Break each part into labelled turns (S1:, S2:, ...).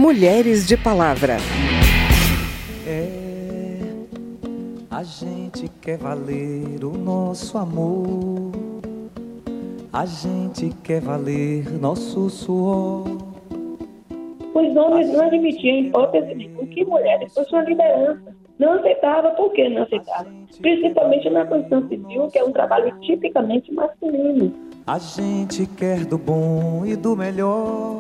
S1: Mulheres de Palavra.
S2: A gente quer valer o nosso amor, a gente quer valer nosso suor.
S3: Os homens não admitiam em hipótese nenhuma que mulheres fossem uma liderança. Não aceitava, por que não aceitava? Principalmente na construção civil, que é um trabalho tipicamente masculino.
S2: A gente quer do bom e do melhor,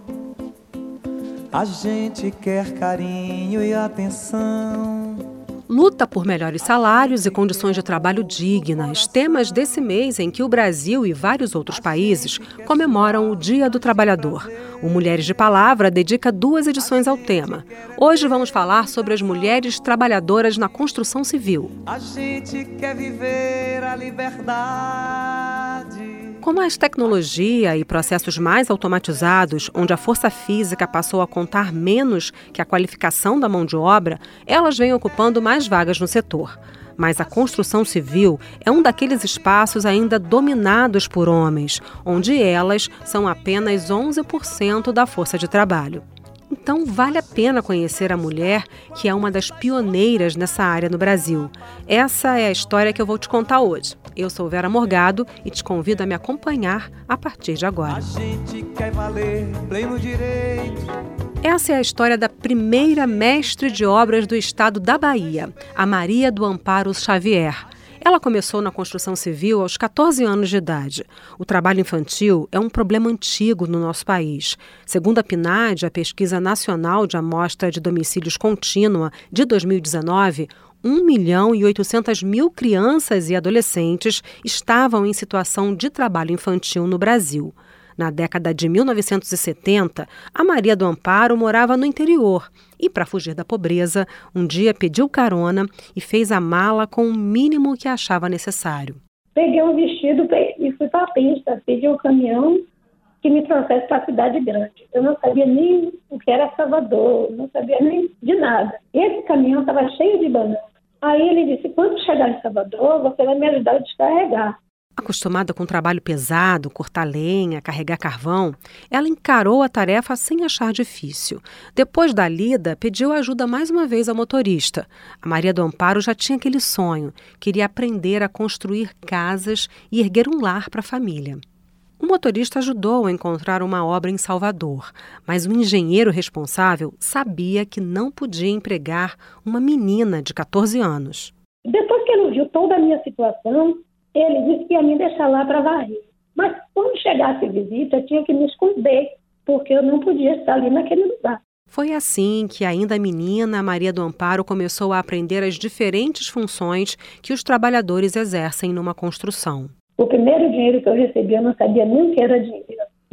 S2: a gente quer carinho e atenção.
S4: Luta por melhores salários e condições de trabalho dignas, temas desse mês em que o Brasil e vários outros países comemoram o Dia do Trabalhador. O Mulheres de Palavra dedica 2 edições ao tema. Hoje vamos falar sobre as mulheres trabalhadoras na construção civil.
S2: A gente quer viver a liberdade.
S4: Com mais tecnologia e processos mais automatizados, onde a força física passou a contar menos que a qualificação da mão de obra, elas vêm ocupando mais vagas no setor. Mas a construção civil é um daqueles espaços ainda dominados por homens, onde elas são apenas 11% da força de trabalho. Então, vale a pena conhecer a mulher que é uma das pioneiras nessa área no Brasil. Essa é a história que eu vou te contar hoje. Eu sou Vera Morgado e te convido a me acompanhar a partir de agora.
S2: A gente quer valer pleno direito.
S4: Essa é a história da primeira mestre de obras do estado da Bahia, a Maria do Amparo Xavier. Ela começou na construção civil aos 14 anos de idade. O trabalho infantil é um problema antigo no nosso país. Segundo a PNAD, a Pesquisa Nacional de Amostra de Domicílios Contínua de 2019, 1.800.000 crianças e adolescentes estavam em situação de trabalho infantil no Brasil. Na década de 1970, a Maria do Amparo morava no interior e, para fugir da pobreza, um dia pediu carona e fez a mala com o mínimo que achava necessário.
S3: Peguei um vestido e fui para a pista, pedi um caminhão que me trouxesse para a cidade grande. Eu não sabia nem o que era Salvador, não sabia nem de nada. Esse caminhão estava cheio de banana. Aí ele disse, quando chegar em Salvador, você vai me ajudar a descarregar.
S4: Acostumada com trabalho pesado, cortar lenha, carregar carvão, ela encarou a tarefa sem achar difícil. Depois da lida, pediu ajuda mais uma vez ao motorista. A Maria do Amparo já tinha aquele sonho, queria aprender a construir casas e erguer um lar para a família. O motorista ajudou a encontrar uma obra em Salvador, mas o engenheiro responsável sabia que não podia empregar uma menina de 14 anos.
S3: Depois que ele viu toda a minha situação, ele disse que ia me deixar lá para varrer. Mas quando chegasse a visita, eu tinha que me esconder, porque eu não podia estar ali naquele lugar.
S4: Foi assim que, ainda menina, a Maria do Amparo começou a aprender as diferentes funções que os trabalhadores exercem numa construção.
S3: O primeiro dinheiro que eu recebi, eu não sabia nem o que era dinheiro.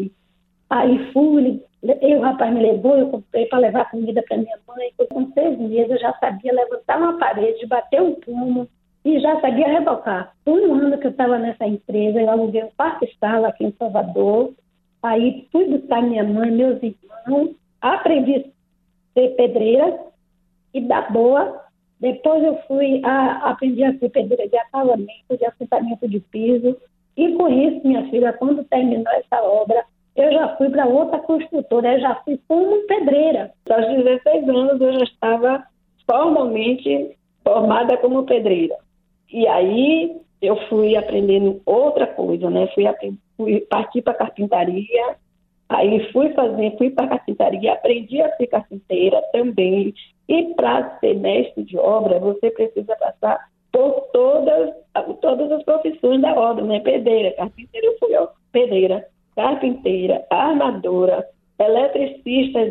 S3: Aí fui, o rapaz me levou, eu comprei para levar comida para minha mãe. Com 6 meses eu já sabia levantar uma parede, bater um pumo, e já sabia rebocar. Um ano que eu estava nessa empresa, eu aluguei um quarto-sala aqui em Salvador. Aí fui buscar minha mãe, meus irmãos, aprendi a ser pedreira e da boa. Depois eu aprendi a ser pedreira de acabamento, de assentamento de piso. E com isso, minha filha, quando terminou essa obra, eu já fui para outra construtora, eu já fui como pedreira. Aos 16 anos eu já estava formalmente formada como pedreira. E aí eu fui aprendendo outra coisa, né? Fui partir para carpintaria, aí fui para carpintaria, aprendi a ser carpinteira também. E para ser mestre de obra, você precisa passar por todas as profissões da obra, né? Pedreira, carpinteira, eu fui pedreira, carpinteira, armadora, eletricista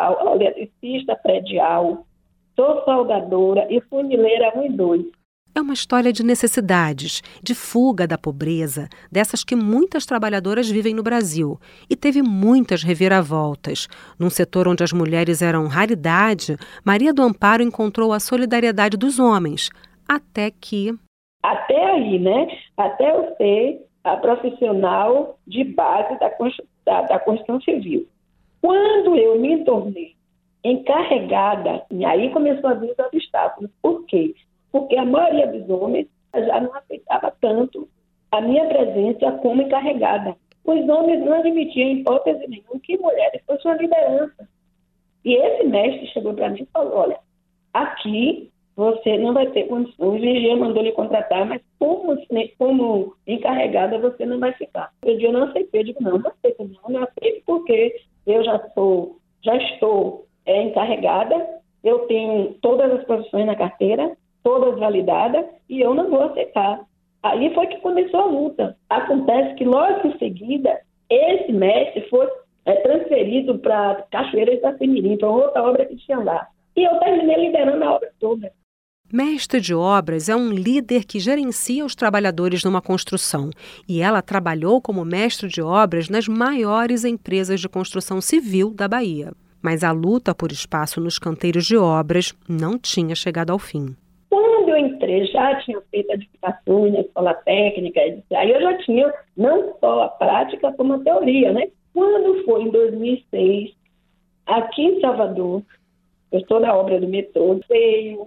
S3: predial, sou soldadora e funileira 1 e 2.
S4: É uma história de necessidades, de fuga da pobreza, dessas que muitas trabalhadoras vivem no Brasil. E teve muitas reviravoltas. Num setor onde as mulheres eram raridade, Maria do Amparo encontrou a solidariedade dos homens. Até aí, né? Até eu ser a profissional de base da construção civil. Quando eu me tornei encarregada, e aí começou a vir os obstáculos. Por quê? Porque a maioria dos homens já não aceitava tanto a minha presença como encarregada. Os homens não admitiam, em hipótese nenhuma, que mulheres fossem uma liderança.
S3: E esse mestre chegou para mim e falou, olha, aqui você não vai ter condições, o engenheiro mandou lhe contratar, mas como encarregada você não vai ficar. Eu não aceitei, eu digo, não aceito porque eu já estou encarregada, eu tenho todas as profissões na carteira, todas validadas, e eu não vou aceitar. Aí foi que começou a luta. Acontece que logo em seguida, esse mestre foi transferido para Cachoeira de Itacemirim, para outra obra que tinha lá. E eu terminei liderando a obra toda.
S4: Mestre de obras é um líder que gerencia os trabalhadores numa construção. E ela trabalhou como mestre de obras nas maiores empresas de construção civil da Bahia. Mas a luta por espaço nos canteiros de obras não tinha chegado ao fim.
S3: Quando eu entrei, já tinha feito edificações na escola técnica, aí eu já tinha não só a prática, como a teoria, né? Quando foi em 2006, aqui em Salvador, eu estou na obra do metrô, veio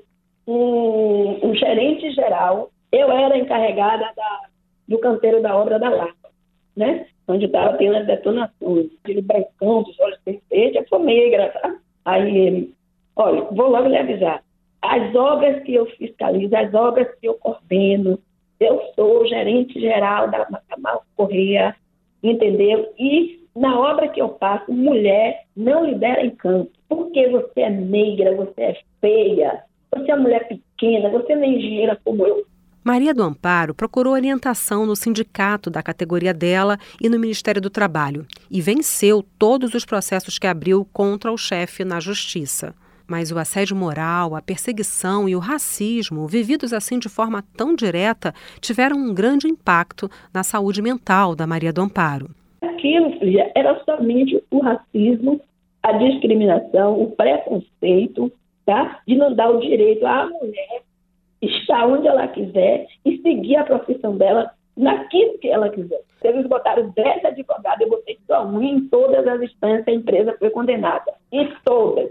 S3: um gerente geral, eu era encarregada do canteiro da obra da Lapa, né? Onde estava tendo as detonações, aquele brancão dos olhos perfeitos, eu sou negra, tá? Aí ele, olha, vou logo lhe avisar, as obras que eu fiscalizo, as obras que eu coordeno, eu sou gerente geral da Macamal Correia, entendeu? E na obra que eu passo, mulher não lidera em campo, porque você é negra, você é feia, você é mulher pequena, você não é engenheira como eu.
S4: Maria do Amparo procurou orientação no sindicato da categoria dela e no Ministério do Trabalho e venceu todos os processos que abriu contra o chefe na Justiça. Mas o assédio moral, a perseguição e o racismo, vividos assim de forma tão direta, tiveram um grande impacto na saúde mental da Maria do Amparo.
S3: Aquilo, filha, era somente o racismo, a discriminação, o preconceito, tá? De não dar o direito à mulher estar onde ela quiser e seguir a profissão dela naquilo que ela quiser. Eles botaram 10 advogados, eu botei só um em todas as instâncias, a empresa foi condenada. Em todas.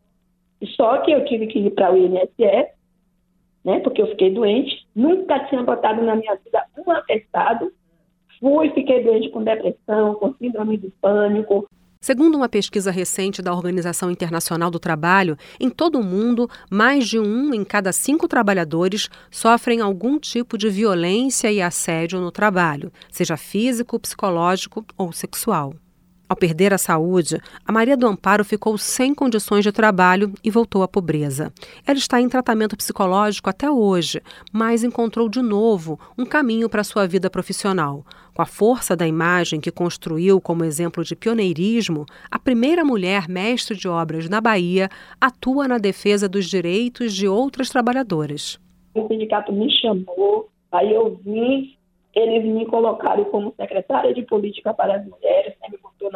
S3: Só que eu tive que ir para o INSS, né, porque eu fiquei doente, nunca tinha botado na minha vida um atestado, fiquei doente com depressão, com síndrome do pânico.
S4: Segundo uma pesquisa recente da Organização Internacional do Trabalho, em todo o mundo, mais de 1 em cada 5 trabalhadores sofrem algum tipo de violência e assédio no trabalho, seja físico, psicológico ou sexual. Ao perder a saúde, a Maria do Amparo ficou sem condições de trabalho e voltou à pobreza. Ela está em tratamento psicológico até hoje, mas encontrou de novo um caminho para a sua vida profissional. Com a força da imagem que construiu como exemplo de pioneirismo, a primeira mulher mestre de obras na Bahia atua na defesa dos direitos de outras trabalhadoras.
S3: O sindicato me chamou, aí eu vim. Eles me colocaram como secretária de política para as mulheres, né? Me botou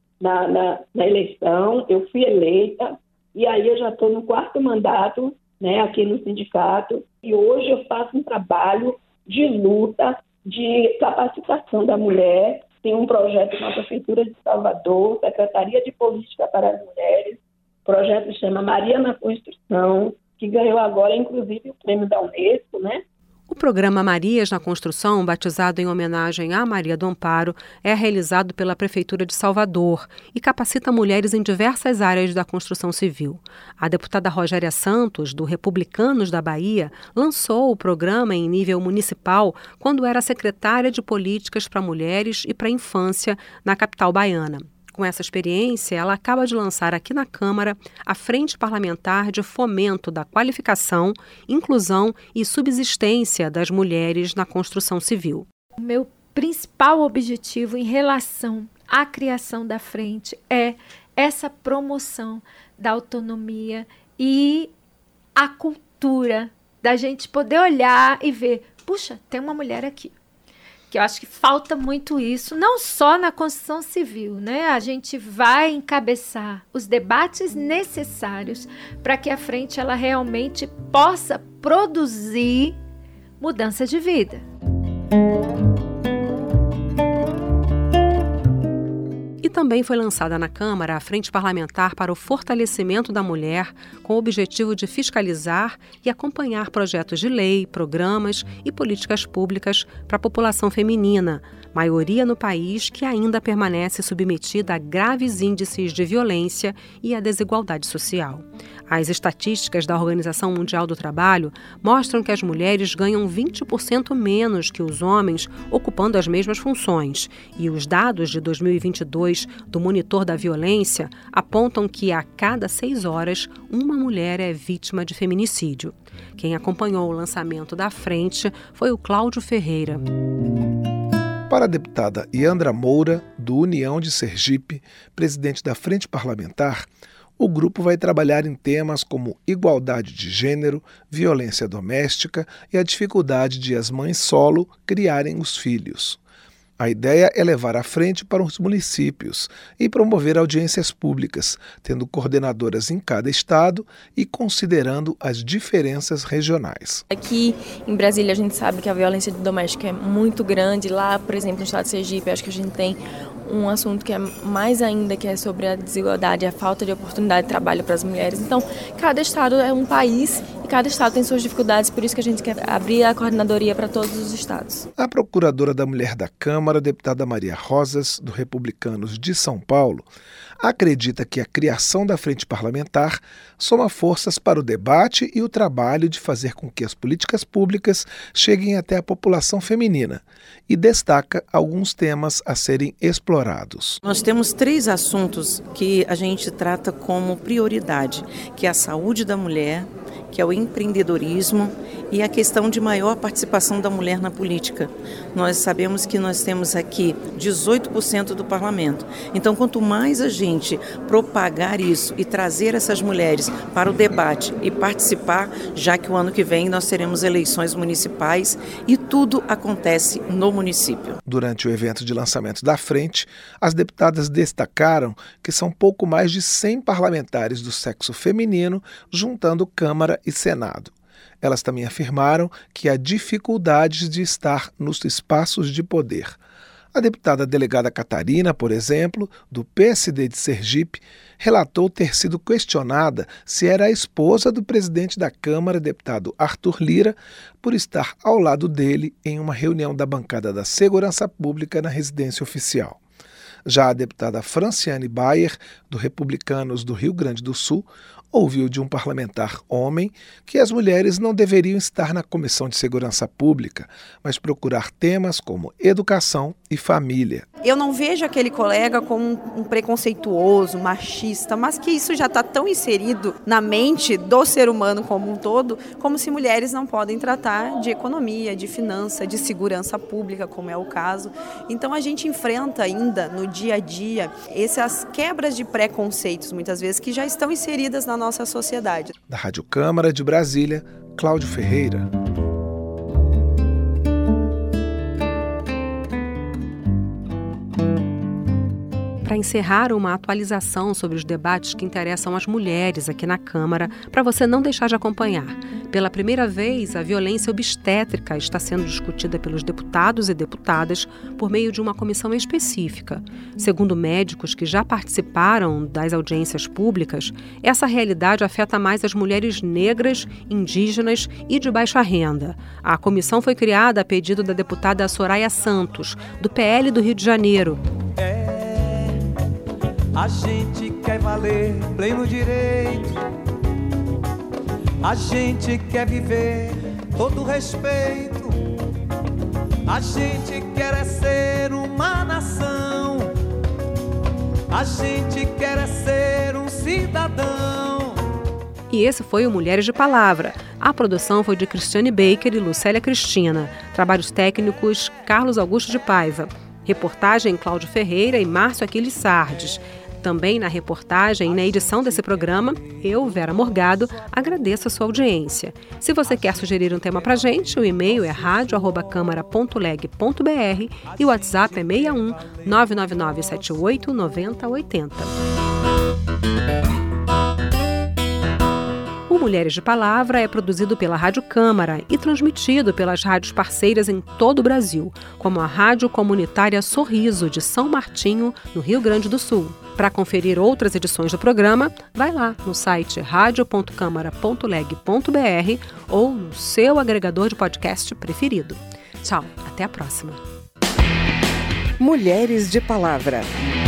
S3: na eleição, eu fui eleita, e aí eu já estou no 4º mandato, né, aqui no sindicato, e hoje eu faço um trabalho de luta, de capacitação da mulher. Tem um projeto com a Prefeitura de Salvador, Secretaria de Política para as Mulheres, o projeto se chama Maria na Construção, que ganhou agora, inclusive, o prêmio da Unesco, né?
S4: O programa Marias na Construção, batizado em homenagem a Maria do Amparo, é realizado pela Prefeitura de Salvador e capacita mulheres em diversas áreas da construção civil. A deputada Rogéria Santos, do Republicanos da Bahia, lançou o programa em nível municipal quando era secretária de Políticas para Mulheres e para a Infância na capital baiana. Com essa experiência, ela acaba de lançar aqui na Câmara a Frente Parlamentar de Fomento da Qualificação, Inclusão e Subsistência das Mulheres na Construção Civil.
S1: O meu principal objetivo em relação à criação da frente é essa promoção da autonomia e a cultura da gente poder olhar e ver, puxa, tem uma mulher aqui. Que eu acho que falta muito isso, não só na construção civil, né? A gente vai encabeçar os debates necessários para que a frente ela realmente possa produzir mudança de vida.
S4: Também foi lançada na Câmara a Frente Parlamentar para o Fortalecimento da Mulher, com o objetivo de fiscalizar e acompanhar projetos de lei, programas e políticas públicas para a população feminina, maioria no país que ainda permanece submetida a graves índices de violência e a desigualdade social. As estatísticas da Organização Mundial do Trabalho mostram que as mulheres ganham 20% menos que os homens ocupando as mesmas funções, e os dados de 2022 do Monitor da Violência apontam que a cada 6 horas uma mulher é vítima de feminicídio. Quem acompanhou o lançamento da frente foi o Cláudio Ferreira.
S5: Para a deputada Yandra Moura, do União de Sergipe, presidente da Frente Parlamentar, o grupo vai trabalhar em temas como igualdade de gênero, violência doméstica e a dificuldade de as mães solo criarem os filhos. A ideia é levar à frente para os municípios e promover audiências públicas, tendo coordenadoras em cada estado e considerando as diferenças regionais.
S6: Aqui em Brasília a gente sabe que a violência doméstica é muito grande. Lá, por exemplo, no estado de Sergipe, acho que a gente tem um assunto que é mais ainda, que é sobre a desigualdade, a falta de oportunidade de trabalho para as mulheres. Então, cada estado é um país e cada estado tem suas dificuldades, por isso que a gente quer abrir a coordenadoria para todos os estados.
S5: A procuradora da Mulher da Câmara, deputada Maria Rosas, do Republicanos de São Paulo, acredita que a criação da Frente Parlamentar soma forças para o debate e o trabalho de fazer com que as políticas públicas cheguem até a população feminina e destaca alguns temas a serem explorados.
S7: Nós temos 3 assuntos que a gente trata como prioridade, que é a saúde da mulher, que é o empreendedorismo e a questão de maior participação da mulher na política. Nós sabemos que nós temos aqui 18% do parlamento. Então, quanto mais a gente propagar isso e trazer essas mulheres para o debate e participar, já que o ano que vem nós teremos eleições municipais e tudo acontece no município.
S5: Durante o evento de lançamento da frente, as deputadas destacaram que são pouco mais de 100 parlamentares do sexo feminino, juntando Câmara e Senado. Elas também afirmaram que há dificuldades de estar nos espaços de poder. A deputada delegada Catarina, por exemplo, do PSD de Sergipe, relatou ter sido questionada se era a esposa do presidente da Câmara, deputado Arthur Lira, por estar ao lado dele em uma reunião da bancada da Segurança Pública na residência oficial. Já a deputada Franciane Bayer, do Republicanos do Rio Grande do Sul, ouviu de um parlamentar homem que as mulheres não deveriam estar na Comissão de Segurança Pública, mas procurar temas como educação e família.
S8: Eu não vejo aquele colega como um preconceituoso, machista, mas que isso já está tão inserido na mente do ser humano como um todo, como se mulheres não podem tratar de economia, de finança, de segurança pública, como é o caso. Então a gente enfrenta ainda no dia a dia essas quebras de preconceitos, muitas vezes, que já estão inseridas na nossa sociedade.
S5: Da Rádio Câmara de Brasília, Cláudio Ferreira.
S4: Para encerrar, uma atualização sobre os debates que interessam as mulheres aqui na Câmara, para você não deixar de acompanhar. Pela primeira vez, a violência obstétrica está sendo discutida pelos deputados e deputadas por meio de uma comissão específica. Segundo médicos que já participaram das audiências públicas, essa realidade afeta mais as mulheres negras, indígenas e de baixa renda. A comissão foi criada a pedido da deputada Soraya Santos, do PL do Rio de Janeiro.
S2: A gente quer valer pleno direito, a gente quer viver todo respeito, a gente quer ser uma nação, a gente quer ser um cidadão.
S4: E esse foi o Mulheres de Palavra. A produção foi de Cristiane Baker e Lucélia Cristina. Trabalhos técnicos, Carlos Augusto de Paiva. Reportagem, Cláudio Ferreira e Márcio Aquiles Sardes. Também na reportagem e na edição desse programa, eu, Vera Morgado, agradeço a sua audiência. Se você quer sugerir um tema para a gente, o e-mail é radio@câmara.leg.br e o WhatsApp é 61 999 78 90 80. Mulheres de Palavra é produzido pela Rádio Câmara e transmitido pelas rádios parceiras em todo o Brasil, como a Rádio Comunitária Sorriso, de São Martinho, no Rio Grande do Sul. Para conferir outras edições do programa, vai lá no site radio.câmara.leg.br ou no seu agregador de podcast preferido. Tchau, até a próxima.
S9: Mulheres de Palavra.